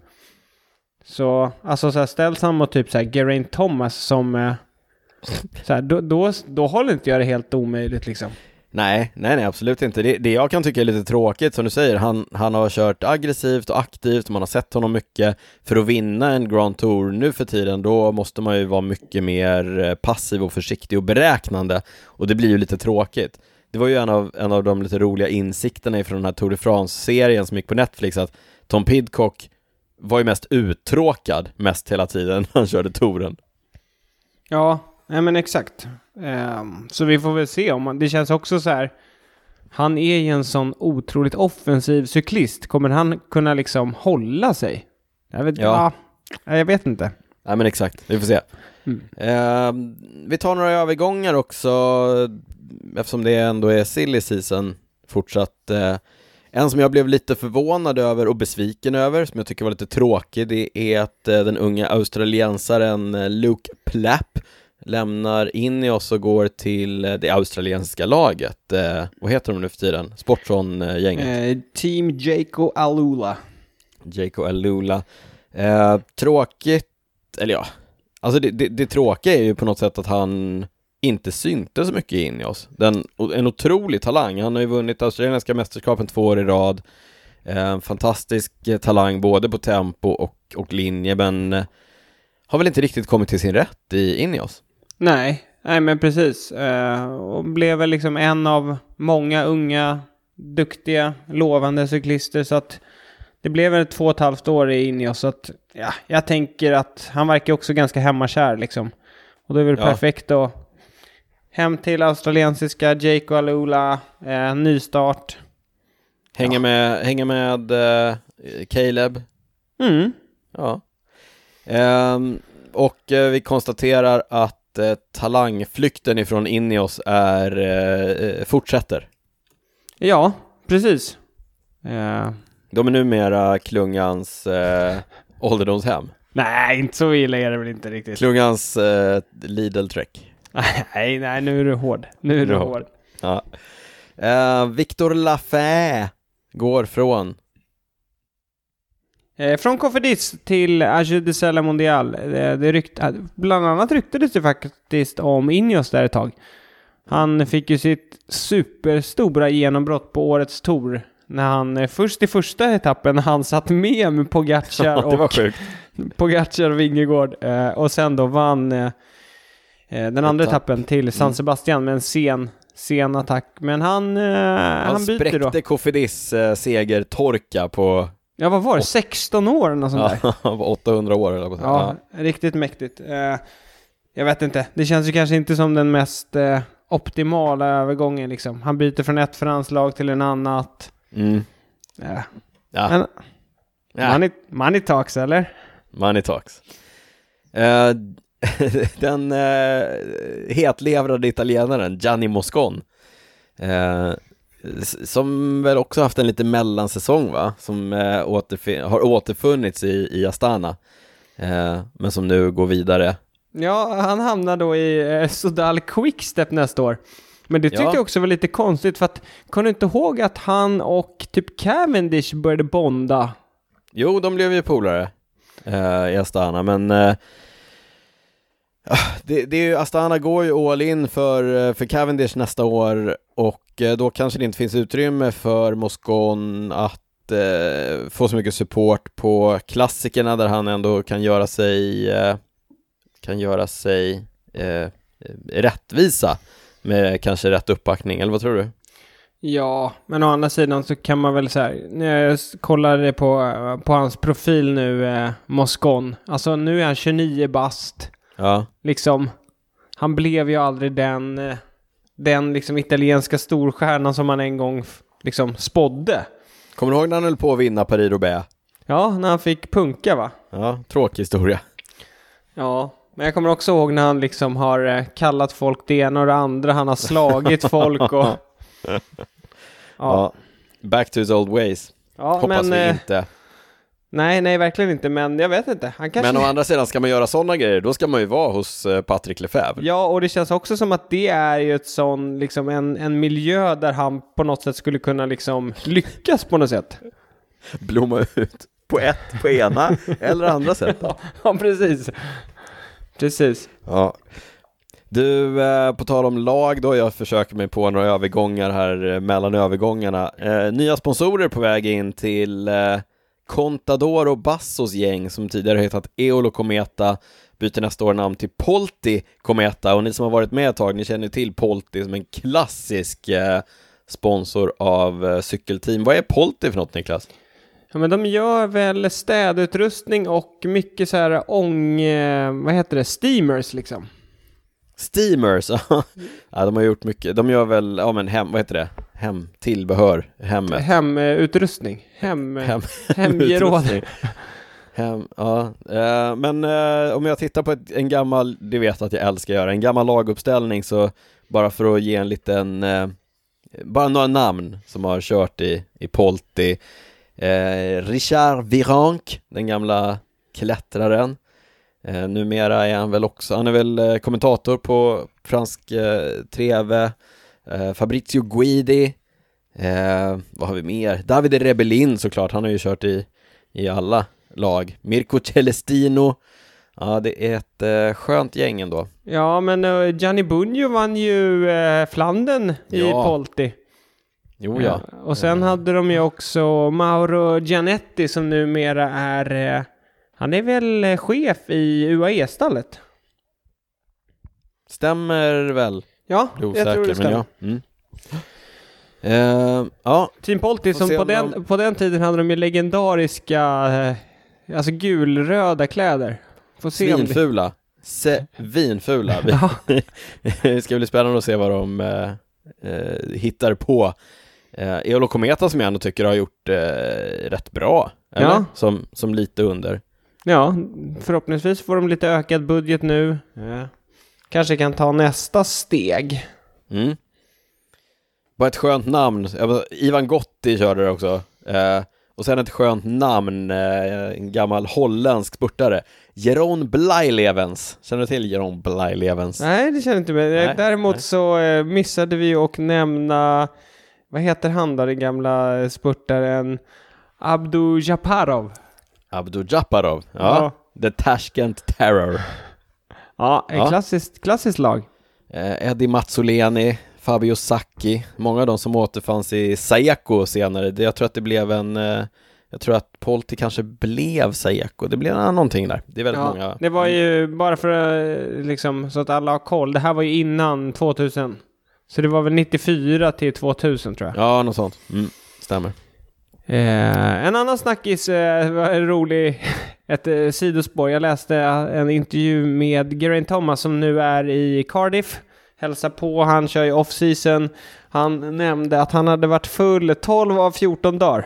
Så alltså så här, ställs han mot typ så här Geraint Thomas som så här, då håller inte jag det helt omöjligt liksom. Nej, absolut inte. Det jag kan tycka är lite tråkigt, som du säger, han har kört aggressivt och aktivt, man har sett honom mycket. För att vinna en Grand Tour nu för tiden, då måste man ju vara mycket mer passiv och försiktig och beräknande, och det blir ju lite tråkigt. Det var ju en av de lite roliga insikterna ifrån den här Tour de France-serien som gick på Netflix, att Tom Pidcock var ju mest uttråkad mest hela tiden när han körde touren. Ja, men exakt. Så vi får väl se om det känns också så här. Han är ju en sån otroligt offensiv cyklist. Kommer han kunna liksom hålla sig? Jag vet inte. Nej, men exakt, vi får se. Vi tar några övergångar också, eftersom det ändå är silly season fortsatt. En som jag blev lite förvånad över och besviken över, som jag tycker var lite tråkig, det är att den unga australiensaren Luke Plapp lämnar in i oss och går till det australiensiska laget. Vad heter de nu för tiden? Sportson-gänget. Team Jayco Alula. Jayco Alula. Tråkigt, eller ja. Alltså det tråkiga är ju på något sätt att han inte synte så mycket in i oss. En otrolig talang. Han har ju vunnit australienska mästerskapen 2 år i rad. Fantastisk talang både på tempo och linje, men har väl inte riktigt kommit till sin rätt in i oss. Nej, men precis. Och blev väl liksom en av många unga, duktiga, lovande cyklister, så att det blev väl 2,5 år in i oss. Så att, ja, jag tänker att han verkar också ganska hemmakär liksom. Och det är väl perfekt då. Hem till australiensiska Jayco Alula, nystart. Hänga med Caleb. Ja. Och vi konstaterar att talangflykten ifrån Ineos fortsätter. Ja, precis. De är numera Klungans ålderdomshem. Nej, inte så illa är det väl inte riktigt. Klungans Lidl-träck. Nej, nu är du hård. Ja. Victor Lafay går från... Från Cofidis till Age de Sella Mondial. Bland annat ryktades det faktiskt om Ineos där ett tag. Han fick ju sitt superstora genombrott på årets tour. När han först i första etappen han satt med Pogacar och Pogacar och Vingegaard. Och sen då vann den andra etappen till San Sebastian med en sen attack. Men han byter då. Han spräckte Cofidis segertorka på... Ja, vad var det? 16 år eller något sånt där? 800 år eller något. Ja, riktigt mäktigt. Jag vet inte. Det känns ju kanske inte som den mest optimala övergången liksom. Han byter från ett franslag till en annat. Ja. Men, money talks, eller? Money talks. Den hetlevrade italienaren Gianni Moscon som väl också haft en lite mellansäsong, va? Som har återfunnits i Astana, men som nu går vidare. Ja, han hamnar då i Soudal Quickstep nästa år. Men det tyckte jag också var lite konstigt, för att kan du inte ihåg att han och typ Cavendish började bonda? Jo, de blev ju polare i Astana, men det är ju, Astana går ju all in för Cavendish nästa år, och då kanske det inte finns utrymme för Moscon att få så mycket support på klassikerna där han ändå kan göra sig rättvisa med kanske rätt uppbackning, eller vad tror du? Ja, men å andra sidan så kan man väl säga, när jag kollade på hans profil nu, Moscon, alltså nu är han 29 bast. Ja. Liksom, han blev ju aldrig den liksom italienska storstjärnan som man en gång liksom spådde. Kommer du ihåg när han höll på att vinna Paris-Roubaix? Ja, när han fick punka, va? Ja, tråkig historia. Ja, men jag kommer också ihåg när han liksom har kallat folk det ena och det andra. Han har slagit folk och... Ja, back to his old ways. Ja, hoppas vi inte. Nej, verkligen inte, men jag vet inte. Men å andra sidan, ska man göra sådana grejer, då ska man ju vara hos Patrick Lefebvre. Ja, och det känns också som att det är ju ett sån, liksom en miljö där han på något sätt skulle kunna liksom lyckas på något sätt. Blomma ut på ena eller andra sätt. Ja, precis. Ja. Du, på tal om lag då, jag försöker mig på några övergångar här mellan övergångarna. Nya sponsorer på väg in till Contador och Bassos gäng, som tidigare hetat Eolo Kometa, byter nästa år namn till Polti Kometa. Och ni som har varit med ett tag, ni känner till Polti som en klassisk sponsor av cykelteam. Vad är Polti för något, Niklas? Ja, men de gör väl städutrustning och mycket så här steamers liksom. Steamers, ja, de har gjort mycket. De gör väl, hemtillbehör, hemmet. Hemutrustning, hemgeråd. Men om jag tittar på en gammal, det vet att jag älskar göra, en gammal laguppställning, så bara för att ge en liten, bara några namn som har kört i Polti. Richard Virenque, den gamla klättraren. Numera är han är väl kommentator på fransk TV. Fabrizio Guidi. Vad har vi mer? Davide Rebellin såklart, han har ju kört i alla lag. Mirko Celestino. Ja, det är ett skönt gäng ändå. Ja, men Gianni Bugno vann ju Flandern i Polti. Jo, ja. Och sen hade de ju också Mauro Gianetti, som numera är... han är väl chef i UAE-stallet. Stämmer väl? Ja, jag tror det stämmer. Ja. Team Polti, som på den tiden hade de ju legendariska alltså gulröda kläder. Svinfula. Svinfula. Det ska bli spännande att se vad de hittar på. Eolo Kometa, som jag ändå tycker har gjort rätt bra. Eller? Ja. Som lite under. Ja, förhoppningsvis får de lite ökad budget nu. Ja. Kanske kan ta nästa steg. Bara ett skönt namn. Ivan Gotti körde det också. Och sen ett skönt namn. En gammal holländsk spurtare. Jeroen Blijlevens. Känner du till Jeroen Blijlevens? Nej, det känner jag inte med. Däremot så missade vi att nämna vad heter han då, den gamla spurtaren? Abdujaparov. Ja. The Tashkent Terror. Ja, klassiskt lag. Eddie Mazzoleni, Fabio Sacchi, många av dem som återfanns i Saeco senare. Jag tror att det blev jag tror att Polti kanske blev Saeco. Det blev någonting där. Det är väldigt många. Det var ju bara för liksom, så att alla har koll. Det här var ju innan 2000. Så det var väl 94 till 2000 tror jag. Ja, något sånt. Stämmer. En annan snackis var rolig. Ett sidospår. Jag läste en intervju med Geraint Thomas som nu är i Cardiff. Hälsa på, han kör ju off-season. Han nämnde att han hade varit full 12 av 14 dagar.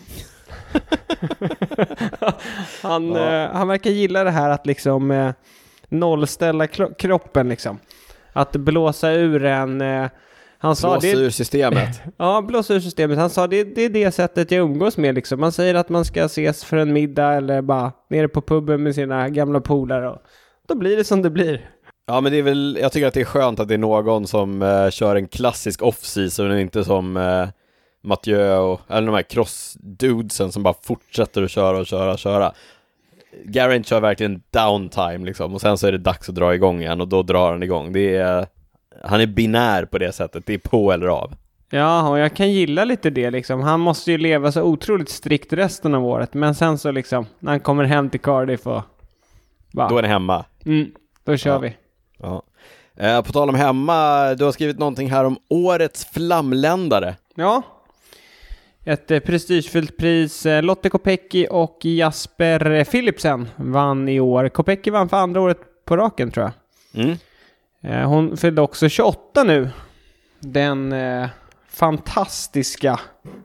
Han verkar gilla det här att liksom nollställa kroppen liksom. Att blåsa ur en... Han sa blåsa ur systemet. Ja, blåsa ur systemet. Han sa det är det sättet jag umgås med liksom. Man säger att man ska ses för en middag eller bara nere på puben med sina gamla polare och då blir det som det blir. Ja, men det är väl, jag tycker att det är skönt att det är någon som kör en klassisk off-season och inte som Mathieu eller de här cross-dudesen som bara fortsätter att köra. Geraint kör verkligen downtime liksom och sen så är det dags att dra igång igen och då drar han igång. Han är binär på det sättet, det är på eller av. Ja, och jag kan gilla lite det liksom. Han måste ju leva så otroligt strikt resten av året, men sen så liksom när han kommer hem till Cardiff och bara, då är han hemma. Då kör vi. Ja. På tal om hemma, du har skrivit någonting här om årets flamländare. Ja. Ett prestigefyllt pris. Lotte Kopecky och Jasper Philipsen vann i år. Kopecky vann för andra året på raken tror jag. Hon fyllde också 28 nu. Den fantastiska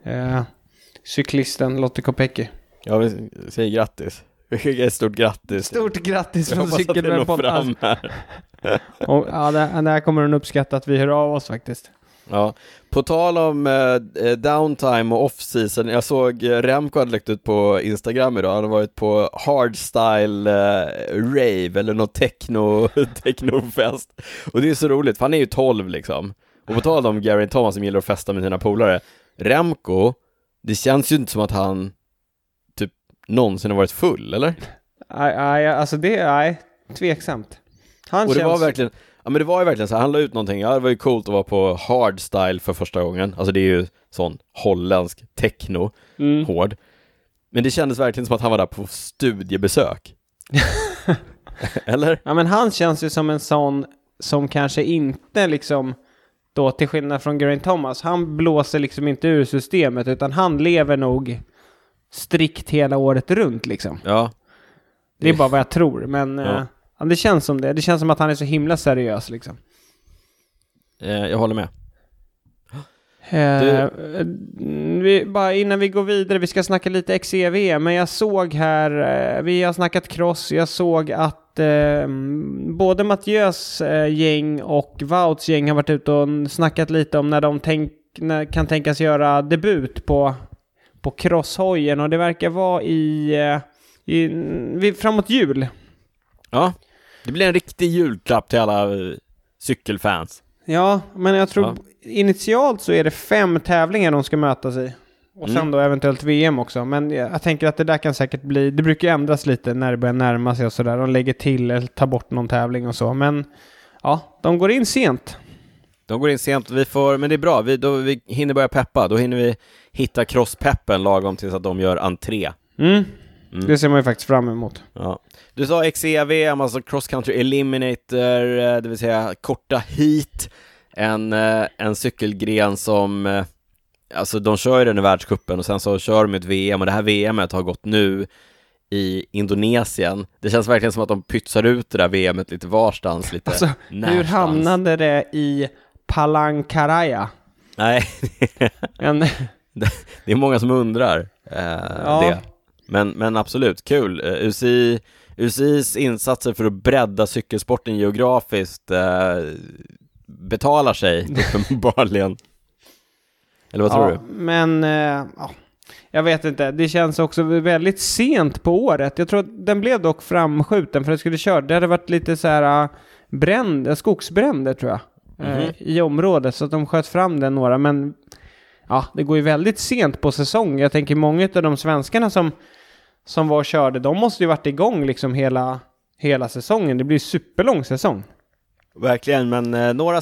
cyklisten Lotte Kopecky. Ja, vi säger grattis. Stort grattis. Stort grattis från cykeln på fram här. Och, ja, det här kommer hon uppskatta att vi hör av oss faktiskt. Ja, på tal om downtime och off-season. Jag såg Remco hade lagt ut på Instagram idag. Han hade varit på hardstyle rave eller något technofest. Och det är så roligt, för han är ju 12 liksom. Och på tal om Geraint Thomas som gillar att festa med sina polare. Remco, det känns ju inte som att han typ någonsin har varit full, eller? Nej, alltså det är tveksamt. Och det var verkligen... Ja, men det var ju verkligen så här, han la ut någonting. Ja, det var ju coolt att vara på hardstyle för första gången. Alltså det är ju sån holländsk techno, hård. Men det kändes verkligen som att han var där på studiebesök. Eller? Ja, men han känns ju som en sån som kanske inte liksom då, till skillnad från Geraint Thomas, han blåser liksom inte ur systemet utan han lever nog strikt hela året runt liksom. Ja. Det är bara vad jag tror, men... Ja. Det känns som det. Det känns som att han är så himla seriös liksom. Jag håller med. Bara innan vi går vidare, vi ska snacka lite XCV, men jag såg här, vi har snackat cross, jag såg att både Mathieu's gäng och Wouts gäng har varit ute och snackat lite om när de kan tänkas göra debut på crosshojen, och det verkar vara framåt jul. Ja, det blir en riktig julklapp till alla cykelfans. Ja, men jag tror initialt så är det 5 tävlingar de ska mötas i. Och sen då eventuellt VM också. Men jag tänker att det där kan säkert bli... Det brukar ändras lite när det börjar närma sig och sådär. De lägger till eller tar bort någon tävling och så. Men ja, de går in sent. Men det är bra. Vi hinner börja peppa. Då hinner vi hitta crosspeppen lagom tills att de gör entré. Det ser man ju faktiskt fram emot. Ja. Du sa XCV, alltså Cross Country Eliminator, det vill säga korta heat. En cykelgren som, alltså de kör ju den i världscupen och sen så kör de ett VM, och det här VMet har gått nu i Indonesien. Det känns verkligen som att de pytsar ut det där VMet lite varstans, lite alltså, närstans. Hur hamnade det i Palangkaraya? Nej, det är många som undrar det. Men absolut, kul. UCIs insatser för att bredda cykelsporten geografiskt betalar sig uppenbarligen. Eller vad tror du? Men jag vet inte. Det känns också väldigt sent på året. Jag tror att den blev dock framskjuten för att det skulle köra. Det hade varit lite så här skogsbränder tror jag i området, så att de sköt fram den några. Men ja, det går ju väldigt sent på säsong. Jag tänker många av de svenskarna som var och körde, de måste ju varit igång liksom hela säsongen. Det blir superlång säsong. Verkligen, men några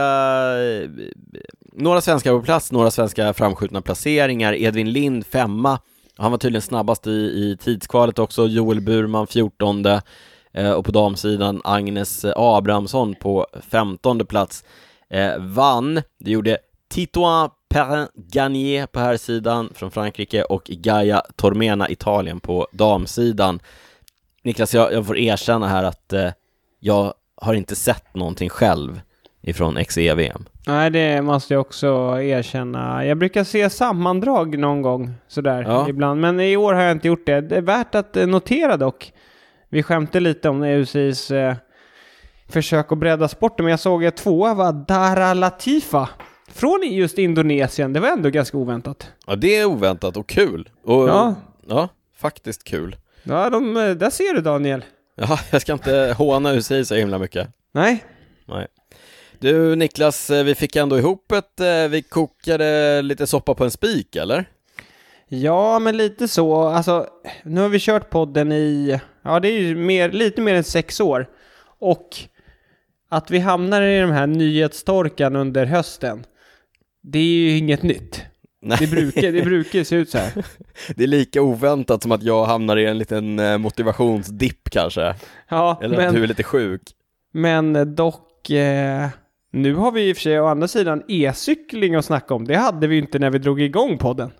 svenskar på plats, några svenska framskjutna placeringar. Edvin Lind 5:a. Han var tydligen snabbast i tidskvalet också. Joel Burman 14:e. Och på damsidan Agnes Abrahamsson på 15:e plats. Vann, det gjorde Titouan Perrin-Gagné på här sidan från Frankrike och Gaia Tormena Italien på damsidan. Niklas, jag får erkänna här att jag har inte sett någonting själv ifrån XCVM. Nej, det måste jag också erkänna. Jag brukar se sammandrag någon gång sådär ibland, men i år har jag inte gjort det. Det är värt att notera dock. Vi skämtade lite om UCIs försök att bredda sporten, men jag såg att 2 var Dara Latifa från just Indonesien. Det var ändå ganska oväntat. Ja, det är oväntat och kul. Och, ja, faktiskt kul. Ja, där ser du, Daniel. Ja, jag ska inte håna UCI så himla mycket. Nej. Du, Niklas, vi fick ändå ihop vi kokade lite soppa på en spik, eller? Ja, men lite så. Alltså, nu har vi kört podden i, det är ju lite mer än 6 år. Och att vi hamnar i de här nyhetstorkan under hösten, det är ju inget nytt. Nej. Det brukar se ut så här. Det är lika oväntat som att jag hamnar i en liten motivationsdipp kanske. Ja, eller att du är lite sjuk. Men dock, nu har vi i och för sig å andra sidan e-cykling att snacka om. Det hade vi inte när vi drog igång podden.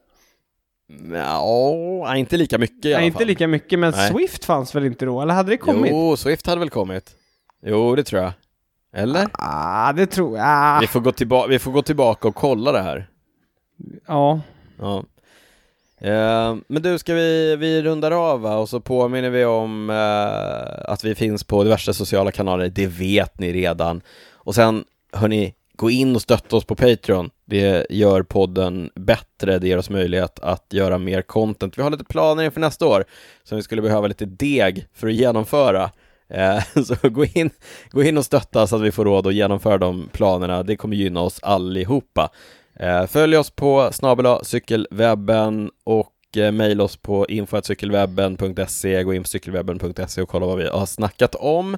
Ja, inte lika mycket i alla fall. Inte lika mycket, men nej. Swift fanns väl inte då? Eller hade det kommit? Jo, Swift hade väl kommit. Jo, det tror jag. Eller? Det tror jag. Vi får gå tillbaka och kolla det här. Ja. Men du, ska vi rundar av, va? Och så påminner vi om att vi finns på diverse sociala kanaler. Det vet ni redan. Och sen, hörni, gå in och stötta oss på Patreon. Det gör podden bättre. Det ger oss möjlighet att göra mer content. Vi har lite planer inför nästa år som vi skulle behöva lite deg för att genomföra. Så gå in och stötta så att vi får råd att genomföra de planerna. Det kommer gynna oss allihopa. Följ oss på @cykelwebben och mejla oss på info@cykelwebben.se. Gå in på cykelwebben.se och kolla vad vi har snackat om.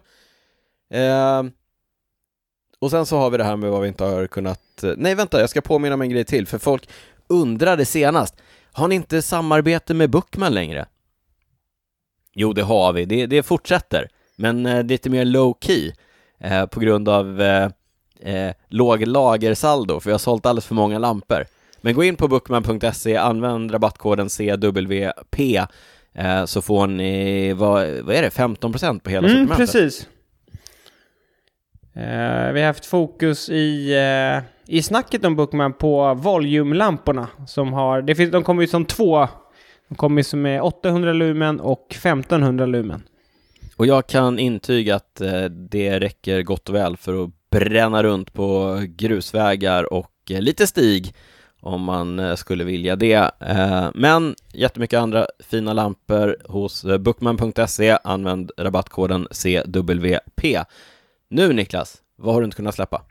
Och sen så har vi det här med vad vi inte har kunnat... Nej, vänta, jag ska påminna om en grej till. För folk undrade senast. Har ni inte samarbete med Bookman längre? Jo, det har vi. Det fortsätter. Men det är lite mer low key. På grund av låg lagersaldo. För jag har sålt alldeles för många lampor. Men gå in på bookman.se. Använd rabattkoden CWP. Så får ni... Vad är det? 15% på hela sortimentet. Precis. Vi har haft fokus i snacket om Bookman på volumlamporna som har, de kommer ju som 2. De kommer som är 800 lumen och 1500 lumen. Och jag kan intyga att det räcker gott och väl för att bränna runt på grusvägar och lite stig om man skulle vilja det. Men jättemycket andra fina lampor hos bookman.se. Använd rabattkoden CWP. Nu, Niklas, vad har du inte kunnat släppa?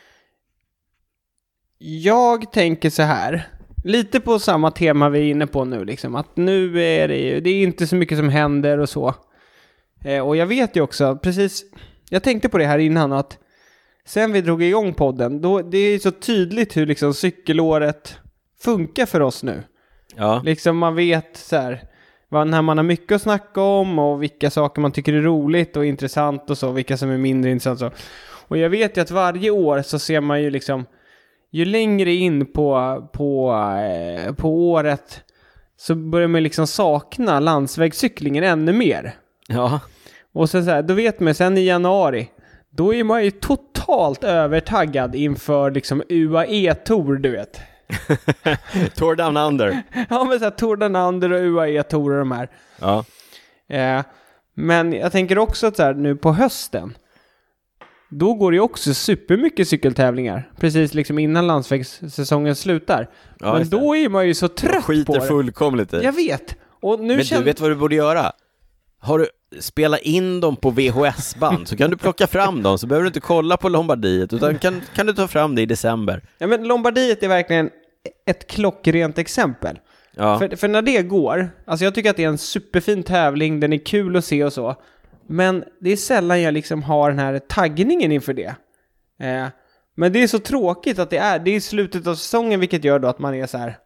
Jag tänker så här. Lite på samma tema vi är inne på nu. Liksom, att nu är det är inte så mycket som händer och så. Och jag vet ju också, precis. Jag tänkte på det här innan att sen vi drog igång podden. Det är så tydligt hur liksom cykelåret funkar för oss nu. Ja. Liksom man vet så här... när man har mycket att snacka om och vilka saker man tycker är roligt och intressant och så, vilka som är mindre intressant så. Och jag vet ju att varje år så ser man ju liksom, ju längre in på året så börjar man liksom sakna landsvägscyklingen ännu mer. Ja. Och så här, då vet man sen i januari, då är man ju totalt övertaggad inför liksom UAE-tour, du vet. Tour Down Under. Ja, men så här, Tour Down Under och UAE-tour och de här. Ja. Men jag tänker också att så här, nu på hösten, då går det ju också supermycket cykeltävlingar. Precis liksom innan landsvägssäsongen slutar. Ja, men då är man ju så trött på det. Skiter fullkomligt i. Jag vet. Och nu men du vet vad du borde göra? Har du spela in dem på VHS-band så kan du plocka fram dem, så behöver du inte kolla på Lombardiet utan kan du ta fram det i december. Ja, men Lombardiet är verkligen ett klockrent exempel. Ja. För när det går, alltså jag tycker att det är en superfin tävling, den är kul att se och så. Men det är sällan jag liksom har den här taggningen inför det. Men det är så tråkigt att det är i slutet av säsongen, vilket gör då att man är så här.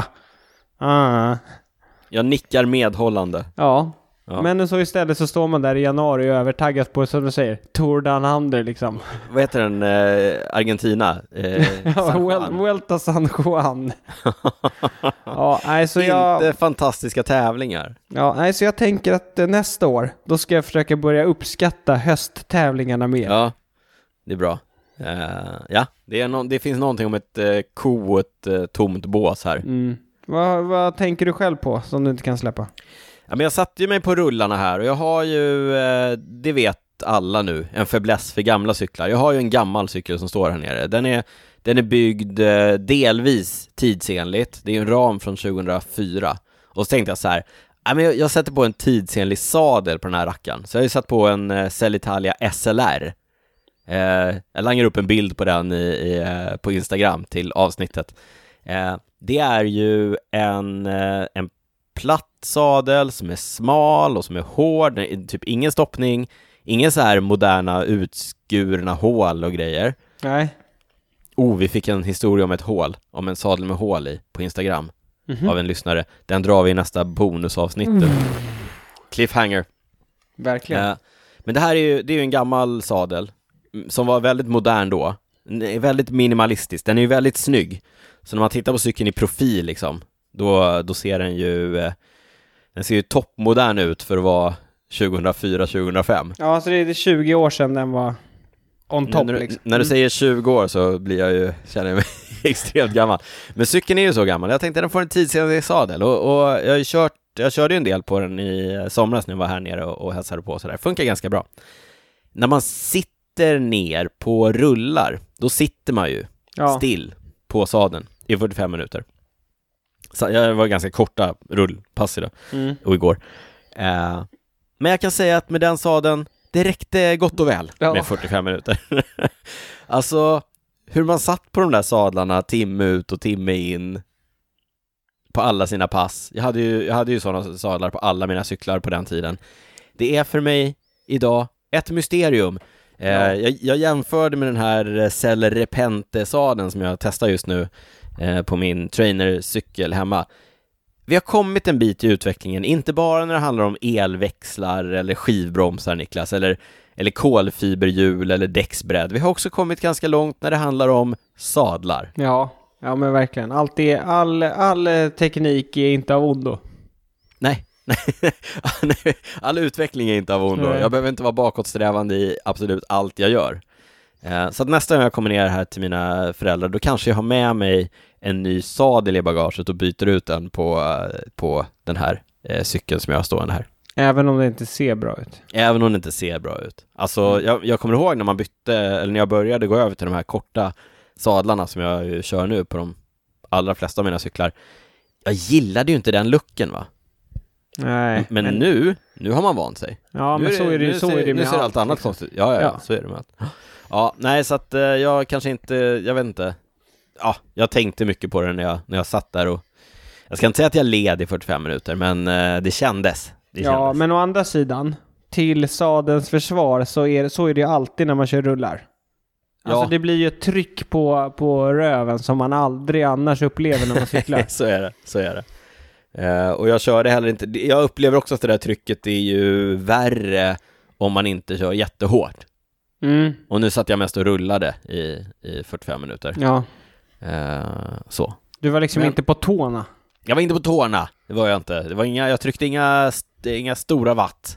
Jag nickar medhållande. Ja. Men så istället så står man där i januari och övertaggat på, som du säger, Tour Down Under liksom. Vad heter den? Argentina? Vuelta San Juan. Ja, nej, så Inte fantastiska tävlingar. Ja, nej, så jag tänker att nästa år, då ska jag försöka börja uppskatta hösttävlingarna mer. Ja, det är bra. Ja, det finns någonting om ett ko och ett tomt bås här. Vad tänker du själv på som du inte kan släppa? Ja, men jag satte ju mig på rullarna här och jag har ju, det vet alla nu, en fäbless för gamla cyklar. Jag har ju en gammal cykel som står här nere. Den är byggd delvis tidsenligt. Det är en ram från 2004. Och så tänkte jag så här, men jag sätter på en tidsenlig sadel på den här rackaren. Så jag har ju satt på en Cellitalia SLR. Jag langar upp en bild på den på Instagram till avsnittet. Det är ju en platt sadel som är smal och som är hård, typ ingen stoppning, ingen så här moderna utskurna hål och grejer. Nej. Vi fick en historia om ett hål, om en sadel med hål i på Instagram av en lyssnare. Den drar vi i nästa bonusavsnitt. Cliffhanger. Verkligen. Men det är ju en gammal sadel som var väldigt modern då. Den är väldigt minimalistisk. Den är ju väldigt snygg. Så när man tittar på cykeln i profil liksom, då ser den ser ju toppmodern ut för att vara 2004-2005. Ja, så det är 20 år sedan den var on top. När du säger 20 år så känner jag mig extremt gammal. Men cykeln är ju så gammal. Jag tänkte att den får en tidsenlig sadel. Och jag körde ju en del på den i somras när jag var här nere och hälsade på. Så där. Funkar ganska bra. När man sitter ner på rullar, då sitter man ju still på sadeln i 45 minuter. Så jag var ganska korta rullpass idag och igår. Men jag kan säga att med den sadeln, det räckte gott och väl med 45 minuter. Alltså, hur man satt på de där sadlarna timme ut och timme in på alla sina pass. Jag hade ju sådana sadlar på alla mina cyklar på den tiden. Det är för mig idag ett mysterium. Jag jämförde med den här Cell Repente-sadeln som jag testar just nu på min trainercykel hemma. Vi har kommit en bit i utvecklingen, inte bara när det handlar om elväxlar eller skivbromsar, Niklas, eller kolfiberhjul eller däcksbredd. Vi har också kommit ganska långt när det handlar om sadlar. Ja men verkligen. All teknik är inte av ondo. Nej. All utveckling är inte av ondo. Jag behöver inte vara bakåtsträvande i absolut allt jag gör. Så att nästa gång jag kommer ner här till mina föräldrar, då kanske jag har med mig en ny sadel i bagaget och byter ut den på den här cykeln som jag har stående här. Även om det inte ser bra ut? Även om det inte ser bra ut. Alltså, jag kommer ihåg när man bytte, eller när jag började gå över till de här korta sadlarna som jag kör nu på de allra flesta av mina cyklar. Jag gillade ju inte den looken, va? Nej. Men nu har man vant sig. Ja, men så är det med nu ser allt annat liksom. konstigt. Ja, så är det med allt. Ja, nej, så att jag kanske inte, jag vet inte. Ja, jag tänkte mycket på det när jag satt där och jag ska inte säga att jag led i 45 minuter, men det kändes. Men å andra sidan, till sadelns försvar så är det ju alltid när man kör rullar. Alltså det blir ju ett tryck på röven som man aldrig annars upplever när man cyklar. Så är det. Och jag kör det heller inte. Jag upplever också att det där trycket är ju värre om man inte kör jättehårt. Och nu satt jag mest och rullade i 45 minuter. Ja. Så. Du var liksom inte på tårna. Jag var inte på tårna. Det var jag inte. Det var jag tryckte inga stora watt.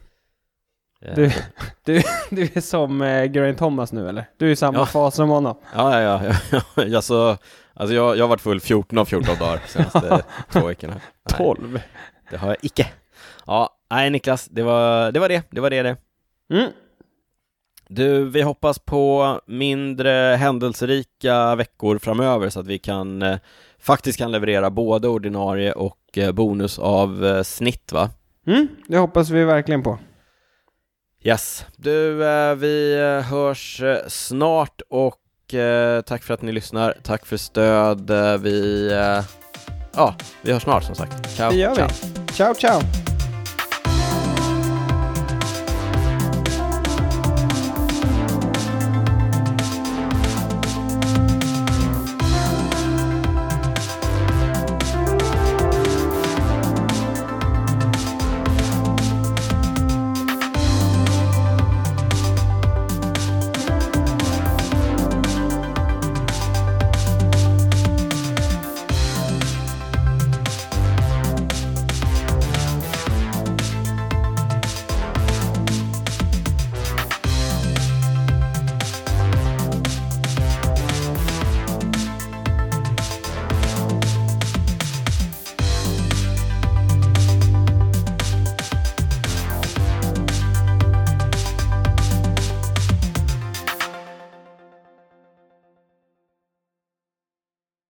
Du är som Geraint Thomas nu, eller? Du är i samma fas som honom. Ja. Jag har varit full 14 av 14 dagar senaste 2 veckorna. 12. Det har jag icke. Ja, nej Niklas, det var det. Du, vi hoppas på mindre händelserika veckor framöver så att vi faktiskt kan leverera både ordinarie och bonus av snitt, va? Det hoppas vi verkligen på. Yes. Du, vi hörs snart och tack för att ni lyssnar. Tack för stöd. Vi hörs snart som sagt. Ciao, det gör vi. Ciao, ciao.